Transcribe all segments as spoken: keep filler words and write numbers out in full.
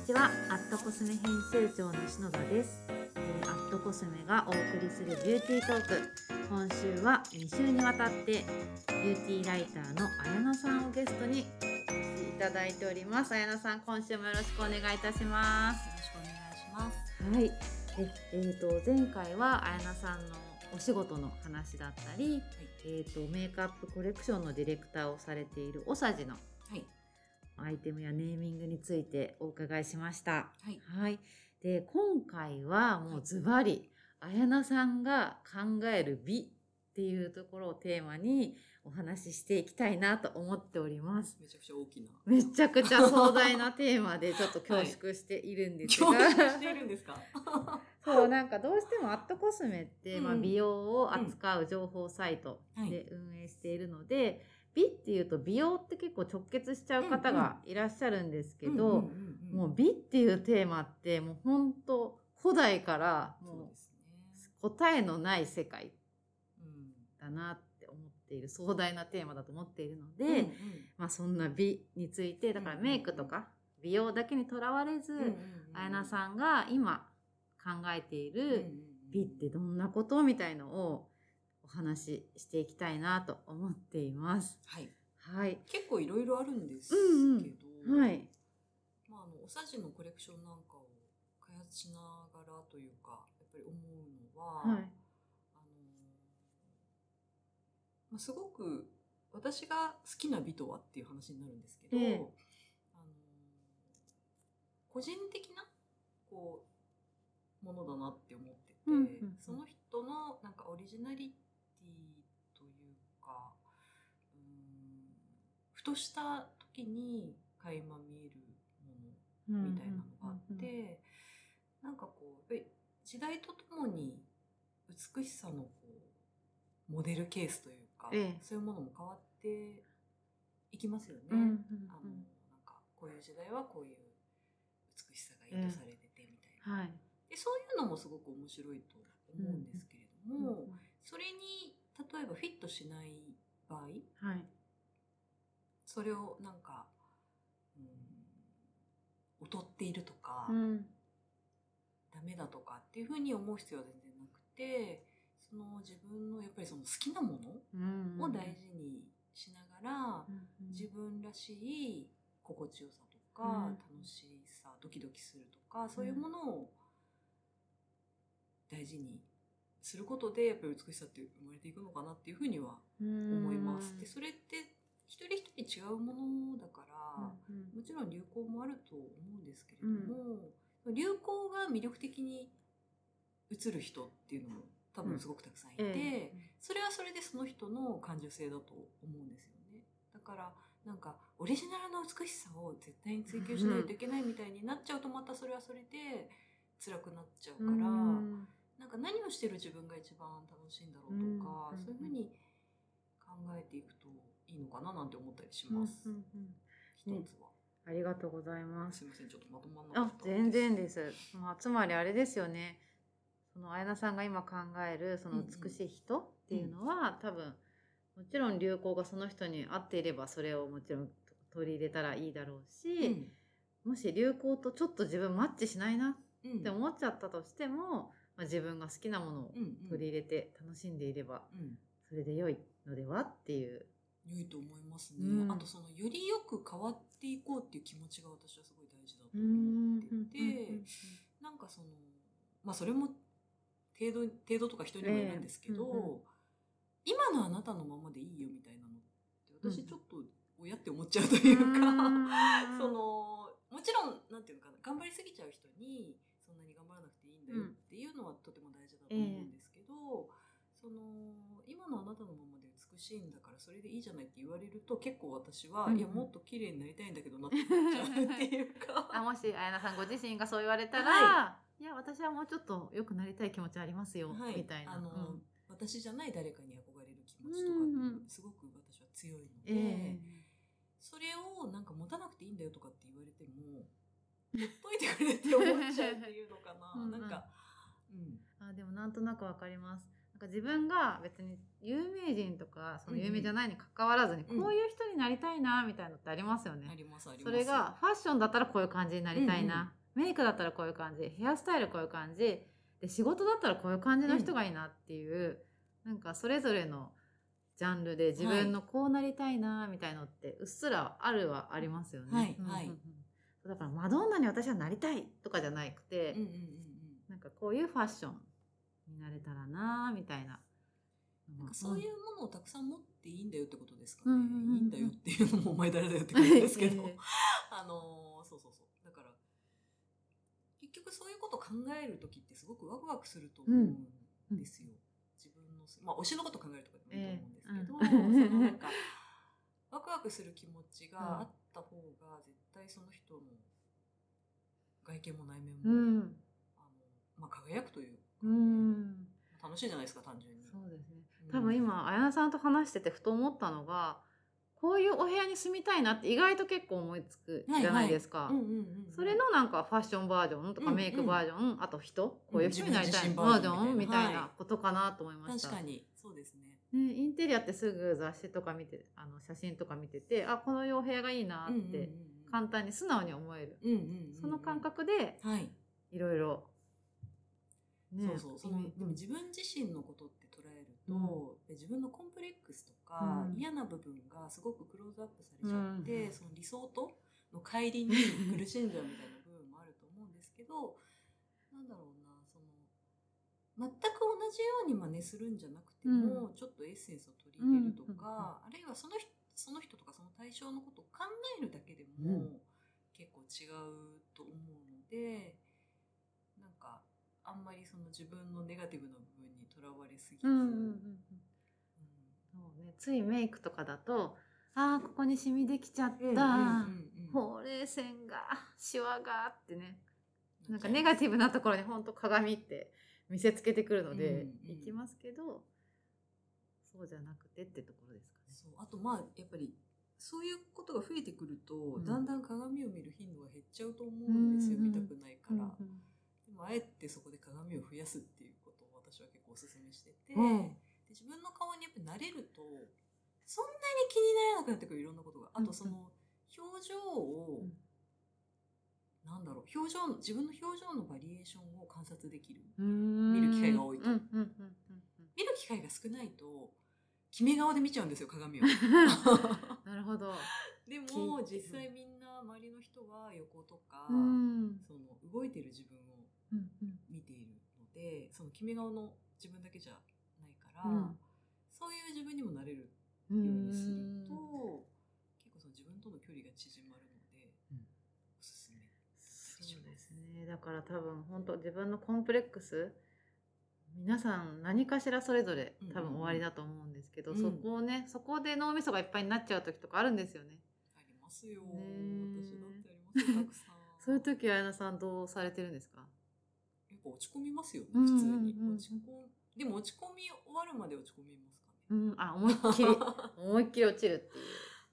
ちは。アットコスメ編集長の篠田です。えー、アットコスメがお送りするビューティートーク。今週はに週にわたってビューティーライターの綾菜さんをゲストにお越しいただいております。綾菜さん、今週もよろしくお願いいたします。 よろしくお願いします。 はい。ええー、と前回は綾菜さんのお仕事の話だったり、はい、えー、とメイクアップコレクションのディレクターをされているオサジの、はいアイテムやネーミングについてお伺いしました。 はい。 はい、で今回はもうズバリ綾菜さんが考える美っていうところをテーマにお話ししていきたいなと思っております。 めちゃくちゃ大きな。 めちゃくちゃ壮大なテーマでちょっと恐縮しているんですが。 はい、恐縮しているんですか？ そうなんかどうしてもアットコスメって、うんまあ、美容を扱う情報サイトで運営しているので。はい美っていうと美容って結構直結しちゃう方がいらっしゃるんですけど、もう美っていうテーマってもう本当古代からもう答えのない世界だなって思っている壮大なテーマだと思っているので、うんうん、まあそんな美についてだからメイクとか美容だけにとらわれず、うんうんうん、綾菜さんが今考えている美ってどんなことみたいのをお話ししていきたいなと思っています。 はい。 はい。 結構いろいろあるんですけど、 うんうん、はい。 まあ、あの、おさじのコレクションなんかを開発しながらというか、やっぱり思うのは、はい、あの、まあ、すごく私が好きな美とはっていう話になるんですけど、えー、あの個人的な、こう、ものだなって思ってて、うんうんうん、その人のなんかオリジナリティというか、うーんふとした時に垣間見えるものみたいなのがあって、うんうんうんうん、なんかこう時代とともに美しさのこうモデルケースというか、ええ、そういうものも変わっていきますよね。うんうんうん、あのなんかこういう時代はこういう美しさが意図されててみたいな、ええはいでそういうのもすごく面白いと思うんですけれども、うんうん、それに例えばフィットしない場合、はい、それをなんか、うん、劣っているとか、うん、ダメだとかっていうふうに思う必要は全然なくて、その自分のやっぱりその好きなものを大事にしながら、うんうん、自分らしい心地よさとか、うん、楽しさ、ドキドキするとか、そういうものを大事にすることでやっぱり美しさって生まれていくのかなっていうふうには思います。でそれって一人一人違うものだから、うんうん、もちろん流行もあると思うんですけれども、うん、流行が魅力的に映る人っていうのも多分すごくたくさんいて、うんえー、それはそれでその人の感受性だと思うんですよね。だからなんかオリジナルの美しさを絶対に追求しないといけないみたいになっちゃうとまたそれはそれで辛くなっちゃうから、うんなんか何をしてる自分が一番楽しいんだろうとか、うん、そういうふうに考えていくといいのかななんて思ったりします。うんうんうん、一つは、ね。 ありがとうございます。 すみません、ちょっとまとまんなかったです。 あ、全然です。まあ、つまりあれですよね。その綾菜さんが今考えるその美しい人っていうのは、うんうん、多分もちろん流行がその人に合っていればそれをもちろん取り入れたらいいだろうし、うん、もし流行とちょっと自分マッチしないなって思っちゃったとしても、まあ、自分が好きなものを取り入れて楽しんでいればそれで良いのではっていう、 うん、良いと思いますね、うん、あとそのよりよく変わっていこうっていう気持ちが私はすごい大事だと思ってて、なんかそのまあそれも程度程度とか人にもいるんですけど、えーうんうん、今のあなたのままでいいよみたいなのって私ちょっと親って思っちゃうというか、うん、そのもちろんなんていうのかな頑張りすぎちゃう人にそんなに頑張らなくていいんだよっていうのはとても大事だと思うんですけど、えー、その今のあなたのままで美しいんだからそれでいいじゃないって言われると結構私は、うん、いやもっと綺麗になりたいんだけどなって思っちゃうっていうかあもし綾菜さんご自身がそう言われたら、はい、いや私はもうちょっと良くなりたい気持ちありますよ、はい、みたいなあの、うん、 私じゃない誰かに憧れる気持ちとかってすごく私は強いので、えー、それをなんか持たなくていいんだよとかって言われてもほっといてくれって思っちゃうっていうのかな、うん、なんか、 うん、あでもなんとなくわかります。 なんか自分が別に有名人とかその有名じゃないに関わらずに、こういう人になりたいなみたいなのってありますよね。 ありますあります。 それがファッションだったらこういう感じになりたいな、うんうん、メイクだったらこういう感じ、ヘアスタイルこういう感じで、仕事だったらこういう感じの人がいいなっていう、うん、なんかそれぞれのジャンルで自分のこうなりたいなみたいのってうっすらあるはありますよね。 はいはい、 だからマドンナに私はなりたいとかじゃなくて、 うんうんうんうん、 なんかこういうファッションになれたらなみたいな、 なんかそういうものをたくさん持っていいんだよってことですかね、うんうんうんうん、いいんだよっていうのもお前誰だよって感じですけどあのそうそうそう、だから結局そういうことを考える時ってすごくワクワクすると思うんですよ、うんうん、自分の、まあ、推しのこと考えるとかでもいいと思うんですけど、えーうん、そのなんかワクワクする気持ちがあった方が絶対その人の外見も内面も、うん、あのまあ、輝くというか、ね、うん、楽しいじゃないですか単純に。 そうですね。多分今綾菜さんと話しててふと思ったのが、こういうお部屋に住みたいなって意外と結構思いつくじゃないですか。それのなんかファッションバージョンとかメイクバージョン、うんうん、あと人こういう人になりたいバージョンみたいなことかなと思いました。 確かにそうですね。 ね、インテリアってすぐ雑誌とか見て、あの写真とか見てて、あ、このお部屋がいいなって簡単に素直に思える、その感覚でいろいろそうそう、そのでも自分自身のことって捉えると、うん、自分のコンプレックスとか、うん、嫌な部分がすごくクローズアップされちゃって、うん、その理想との乖離に苦しんじゃうみたいな部分もあると思うんですけどなんだろうな、その全く同じように真似するんじゃなくても、うん、ちょっとエッセンスを取り入れるとか、あるいはその人、その人とかその対象のことを考えるだけでも結構違うと思うので、なんかあんまりその自分のネガティブな部分にとらわれすぎず、 ついメイクとかだと、あーここにシミできちゃった、うんうんうんうん、ほうれい線がシワがってね、なんかネガティブなところに本当鏡って見せつけてくるので、うんうん、いきますけど、そうじゃなくてってところですかね。 そう、あとまあやっぱりそういうことが増えてくると、うん、だんだん鏡を見る頻度が減っちゃうと思うんですよ、うんうん、見たくないから、うんうん、でもあえてそこで鏡を増やすっていうことを私は結構お勧めしてて、うん、で自分の顔にやっぱり慣れるとそんなに気にならなくなってくるいろんなことが、あとその表情を、うんなんだろう、表情の自分の表情のバリエーションを観察できる、見る機会が多いと、うんうんうんうん、見る機会が少ないと決め顔で見ちゃうんですよ鏡をなるほど。 でも実際みんな周りの人は横とか、うん、その動いてる自分を見ているので、その決め顔の自分だけじゃないから、うん、そういう自分にもなれるようにすると結構その自分との距離が縮まるので、うん、おすすめ。 そうですね。だから多分本当自分のコンプレックス皆さん何かしらそれぞれ多分終わりだと思うんですけど、うんうんうん、そこをねそこで脳みそがいっぱいになっちゃう時とかあるんですよね。 ありますよ、ね、私だってありますよたくさんそういう時は綾菜さんどうされてるんですか？ やっぱ落ち込みますよね、普通に、うんうんうん、落ち込でも落ち込み終わるまで落ち込みますかね、 うん、あ思いっきり思いっきり落ちるっていう、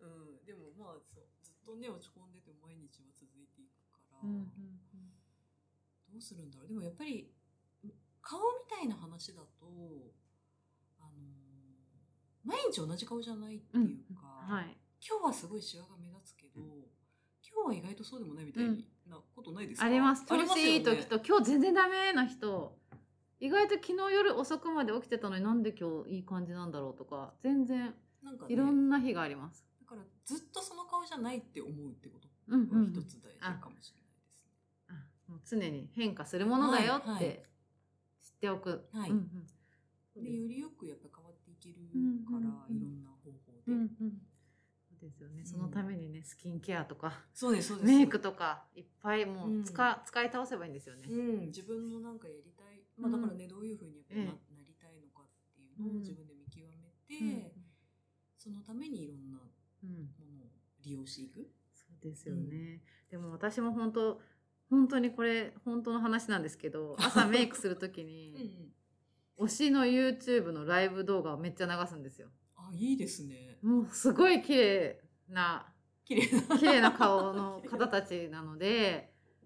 うん、でもまあそうずっとね落ち込んでて毎日は続いていくから、うんうんうん、どうするんだろう。でもやっぱり顔みたいな話だと、あのー、毎日同じ顔じゃないっていうか、うんはい、今日はすごいシワが目立つけど今日は意外とそうでもないみたいなことないですか？ うん、あります。調子いい時と、ね、今日全然ダメな人、意外と昨日夜遅くまで起きてたのになんで今日いい感じなんだろうとか全然なんか、ね、いろんな日があります。 だからずっとその顔じゃないって思うってことが一つ大事かもしれないですね。 うんうんうん、あもう常に変化するものだよって、はいはい知っておく、はいうんうん、でよりよくやっぱ変わっていけるから、うんうんうん、いろんな方法で、うんうん、 そうですよね。そのためにねスキンケアとかそうですそうですメイクとかいっぱいもう使、うん、使い倒せばいいんですよね、 うん、自分のなんかやりたい、まあ、だからね、うん、どういうふうにやっぱり な,、ええ、なりたいのかっていうのを自分で見極めて、うん、そのためにいろんなものを利用していく、 そうですよね、うん、でも私も本当本当にこれ本当の話なんですけど朝メイクするときにうん、推しの YouTube のライブ動画をめっちゃ流すんですよ。 あいいですね。 もうすごい綺麗な綺麗な綺麗な顔の方たちなので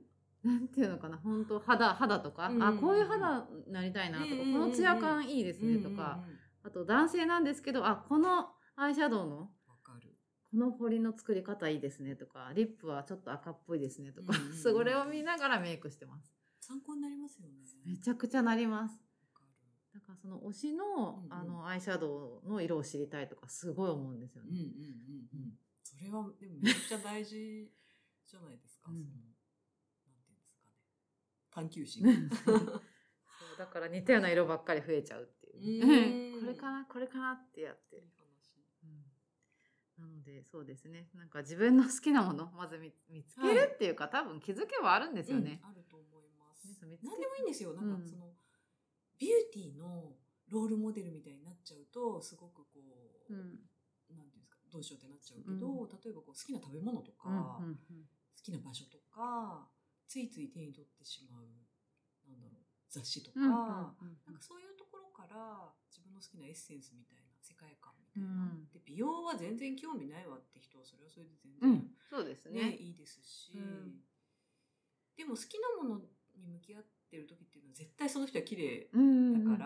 なんていうのかな、本当肌肌とか、 うんうんうん、 あこういう肌になりたいなとか、 うんうんうん、 このツヤ感いいですねとか、 うんうんうん、 あと男性なんですけど、あこのアイシャドウのわかる、 この彫りの作り方いいですねとか、リップはちょっと赤っぽいですねとか、 うんうんうん、 それを見ながらメイクしてます。 参考になりますよね。 めちゃくちゃなります。 わかる。 だからその推しの、 うんうん、 あのアイシャドウの色を知りたいとかすごい思うんですよね。 うんうんうんうん。それはでもめっちゃ大事じゃないですか。うん、そのなんていうんですかね。探求心。 そうだから似たような色ばっかり増えちゃうっていう。うこれかなこれかなってやって。いい話。うん。なのでそうですね。なんか自分の好きなものまず見見つけるっていうか、はい、多分気づけばあるんですよね。 うん、あると思います。何でもいいんですよ。なんかその、うん、ビューティーのロールモデルみたいになっちゃうとすごくこう、うん、なんていうんですか、どうしようってなっちゃうけど、うん、例えばこう好きな食べ物とか、うんうんうん、好きな場所とかついつい手に取ってしまうなんだろう雑誌とか、うんうんうん、なんかそういうところから自分の好きなエッセンスみたいな世界観みたいな、うん、で美容は全然興味ないわって人はそれはそれで全然、うん、 そうですね、 いいですし、うん、でも好きなものに向き合ってる時っていうのは絶対その人は綺麗だから、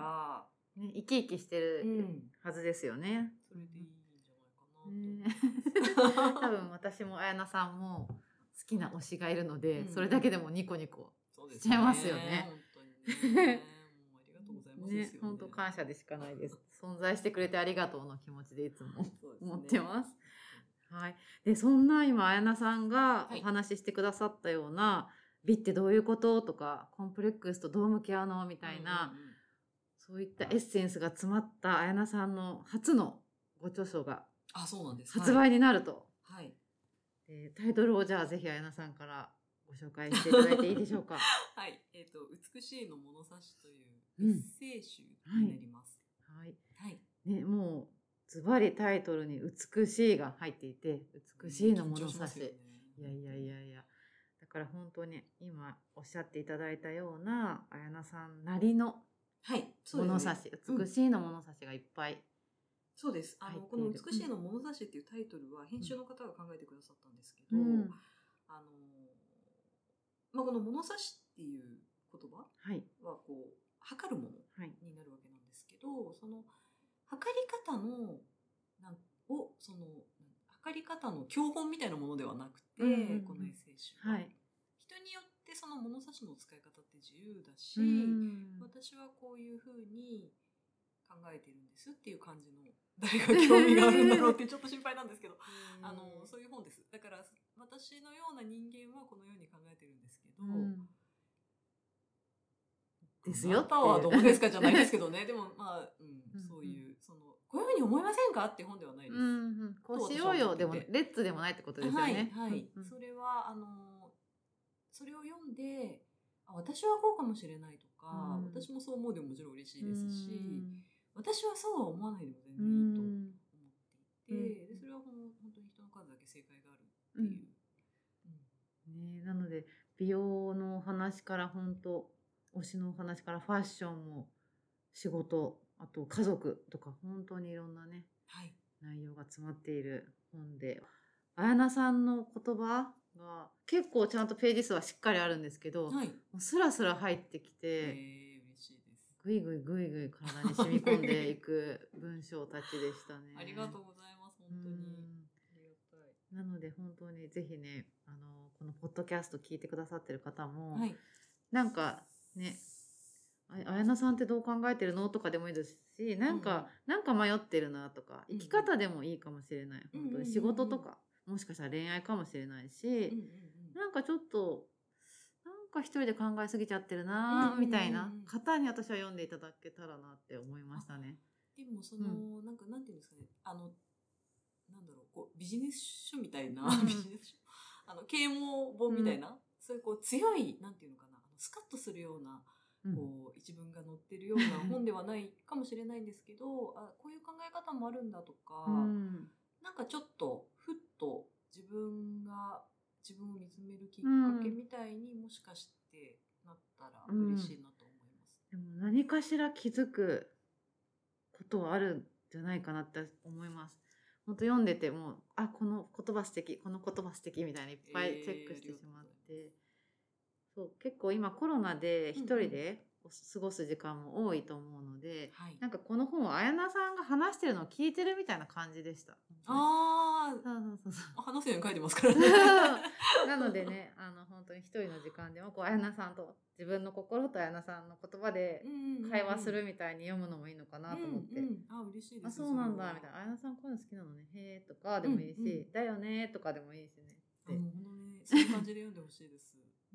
うんうんうんね、生き生きしてるはずですよね、 うん、それでいいんじゃないかなと思います、 ね、多分私も綾菜さんも好きな推しがいるので、うん、それだけでもニコニコしちゃいますよね。 本当にねもうありがとうございますですよね。 本当感謝でしかないです。存在してくれてありがとうの気持ちでいつも思ってます。はい。でそんな今綾菜さんがお話ししてくださったような、はい、美ってどういうこととかコンプレックスとどう向き合うのみたいな、うんうんうん、そういったエッセンスが詰まった綾菜さんの初のご著書が発売になると。 はい。 でタイトルをじゃあぜひ綾菜さんからご紹介していただいていいでしょうか。 はい、えっと美しいの物差しというエッセイ集になります。 うん、はい。 はい。 ね、もうズバリタイトルに美しいが入っていて、美しいの物差し。ね、いやいやいやいや。だから本当に今おっしゃっていただいたような綾菜さんなりの物差し、はいね、美しいの物差しがいっぱい。 そうです。あのこの美しいの物差しっていうタイトルは編集の方が考えてくださったんですけど、うん、あのまあ、この物差しっていう言葉はこう測るものになるわけなんですけど、はい、その測り方のなんをその測り方の教本みたいなものではなくて、うんうんうん、このエッセイ集は、はい、人によってその物差しの使い方って自由だし、うん、私はこういうふうに考えてるんですっていう感じの誰が興味があるんだろうってちょっと心配なんですけどあのそういう本です。だから私のような人間はこのように考えてるんですけど、うん、 ですよ。あなたはどうですかじゃないですけどね。でもまあ、うん、そういうそのこういうふうに思いませんかっていう本ではないです。うんうん、 こうしようよでもレッツでもないってことですよね。 はい、はい、うんうん、それはあのそれを読んであ私はこうかもしれないとか、うん、私もそう思うでももちろん嬉しいですし、うん、私はそうは思わないでも全然いいと思っていて、うん、でそれは本当に人の数だけ正解があるっていう。 うんね、なので美容のお話から本当推しのお話からファッションも仕事あと家族とか本当にいろんなね、はい、内容が詰まっている本で綾菜さんの言葉が結構ちゃんとページ数はしっかりあるんですけど、はい、もうスラスラ入ってきて、 えー、嬉しいです。 ぐいぐいぐいぐい体に染み込んでいく文章たちでしたね。 ありがとうございます。本当にありがたい。 なので本当にぜひねあのこのポッドキャスト聞いてくださってる方も、はい、なんかね綾菜さんってどう考えてるのとかでもいいですしなんか、うんうん、なんか迷ってるなとか生き方でもいいかもしれない、うん、本当に仕事とか、もしかしたら恋愛かもしれないし、うんうんうん、なんかちょっとなんか一人で考えすぎちゃってるなみたいな方に私は読んでいただけたらなって思いましたね。 でもその、うん、なんかなんていうんですかねあのなんだろうこうビジネス書みたいな、うん、ビジネス書あの啓蒙本みたいな、うん、そういうこう強いなんていうのかなスカッとするようなこう一文が載ってるような本ではないかもしれないんですけどあこういう考え方もあるんだとか、うん、なんかちょっとふっと自分が自分を見つめるきっかけみたいにもしかしてなったら嬉しいなと思います、 うん、でも何かしら気づくことはあるんじゃないかなって思います。本当読んでてもあこの言葉素敵この言葉素敵みたいにいっぱいチェックしてしまって、えーそう結構今コロナで一人で過ごす時間も多いと思うので、 はい、 なんかこの本を綾菜さんが話してるのを聞いてるみたいな感じでした。 ああ、 そうそうそうそう話すように書いてますからね。 なのでね、あの本当に一人の時間でもこう綾菜さんと自分の心と綾菜さんの言葉で会話するみたいに読むのもいいのかなと思って、 うんうん、あ嬉しいです。 あそうなんだみたいな、綾菜さんこういうの好きなのねへえとかでもいいし、うんうん、だよねとかでもいいしね。 あもう本当ねそういう感じで読んでほしいです。 うん、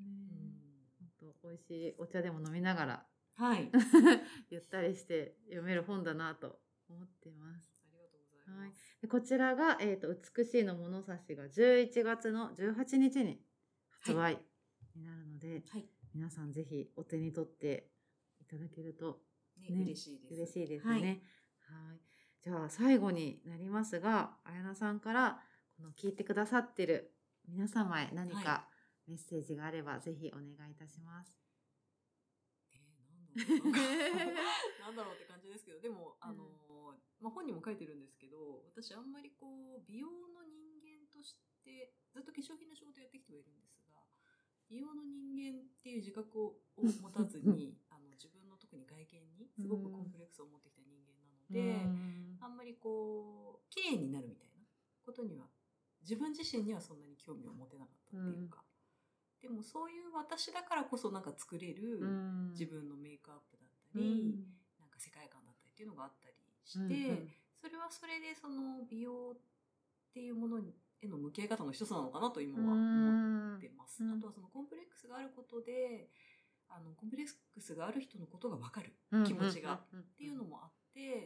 本当美味しいお茶でも飲みながら、 はい、 ゆったりして読める本だなと思ってます。 ありがとうございます。はい、 でこちらが、えーと、美しいの物差しがじゅういちがつのじゅうはちにちに発売になるので、はい、皆さんぜひお手に取っていただけると、 ねね、嬉しいです。 嬉しいですね。はい、はい。じゃあ最後になりますが、綾菜さんからこの聞いてくださってる皆様へ何かメッセージがあれば、ぜひお願いいたします。 えー、なんだろうなんだろうって感じですけど、でもあの、うんまあ、本にも書いてるんですけど、私あんまりこう美容の人間としてずっと化粧品の仕事やってきてはいるんですが、美容の人間っていう自覚を持たずにあの自分の特に外見にすごくコンプレックスを持ってきた人間なので、うんあんまりこう綺麗になるみたいなことには自分自身にはそんなに興味を持てなかったっていうか、うん、でもそういう私だからこそなんか作れる自分のメイクアップだったり、うん、なんか世界観だったりっていうのがあったりして、うんうん、それはそれでその美容っていうものへの向き合い方の一つなのかなと今は思ってます。うん、あとはそのコンプレックスがあることであのコンプレックスがある人のことが分かる気持ちがっていうのもあって、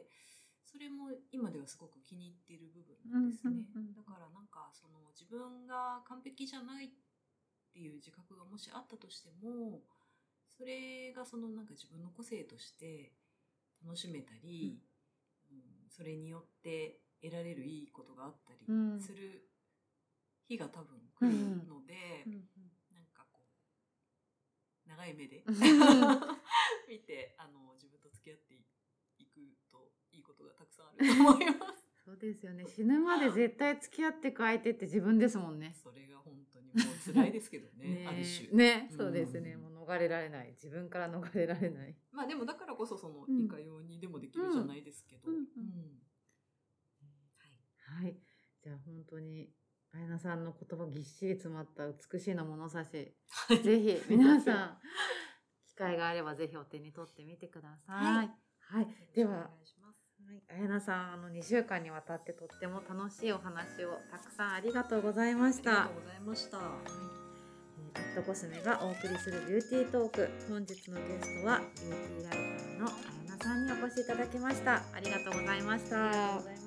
それも今ではすごく気に入っている部分なんですね。だからなんかその自分が完璧じゃないっていう自覚がもしあったとしても、それがそのなんか自分の個性として楽しめたり、うんうん、それによって得られるいいことがあったりする日が多分来るので、うんうん、なんかこう長い目で見てあの自分と付き合っていくといいことがたくさんあると思います。 そうですよね。死ぬまで絶対付き合っていく相手って自分ですもんね。 それが本当にもう辛いですけどね。ねある種ね、うん、そうですね。もう逃れられない、自分から逃れられない。 まあでもだからこそそのいかようにでもできるじゃないですけど。 はい。じゃあ本当に綾菜さんの言葉ぎっしり詰まった美しいの物差し、はい、ぜひ皆さん機会があればぜひお手に取ってみてください。はい。はい、では。はい、綾菜さんあのにしゅうかんにわたってとっても楽しいお話をたくさんありがとうございました。 ありがとうございました。はいえー、アットコスメがお送りするビューティートーク、本日のゲストはビューティーライターの綾菜さんにお越しいただきました。ありがとうございました。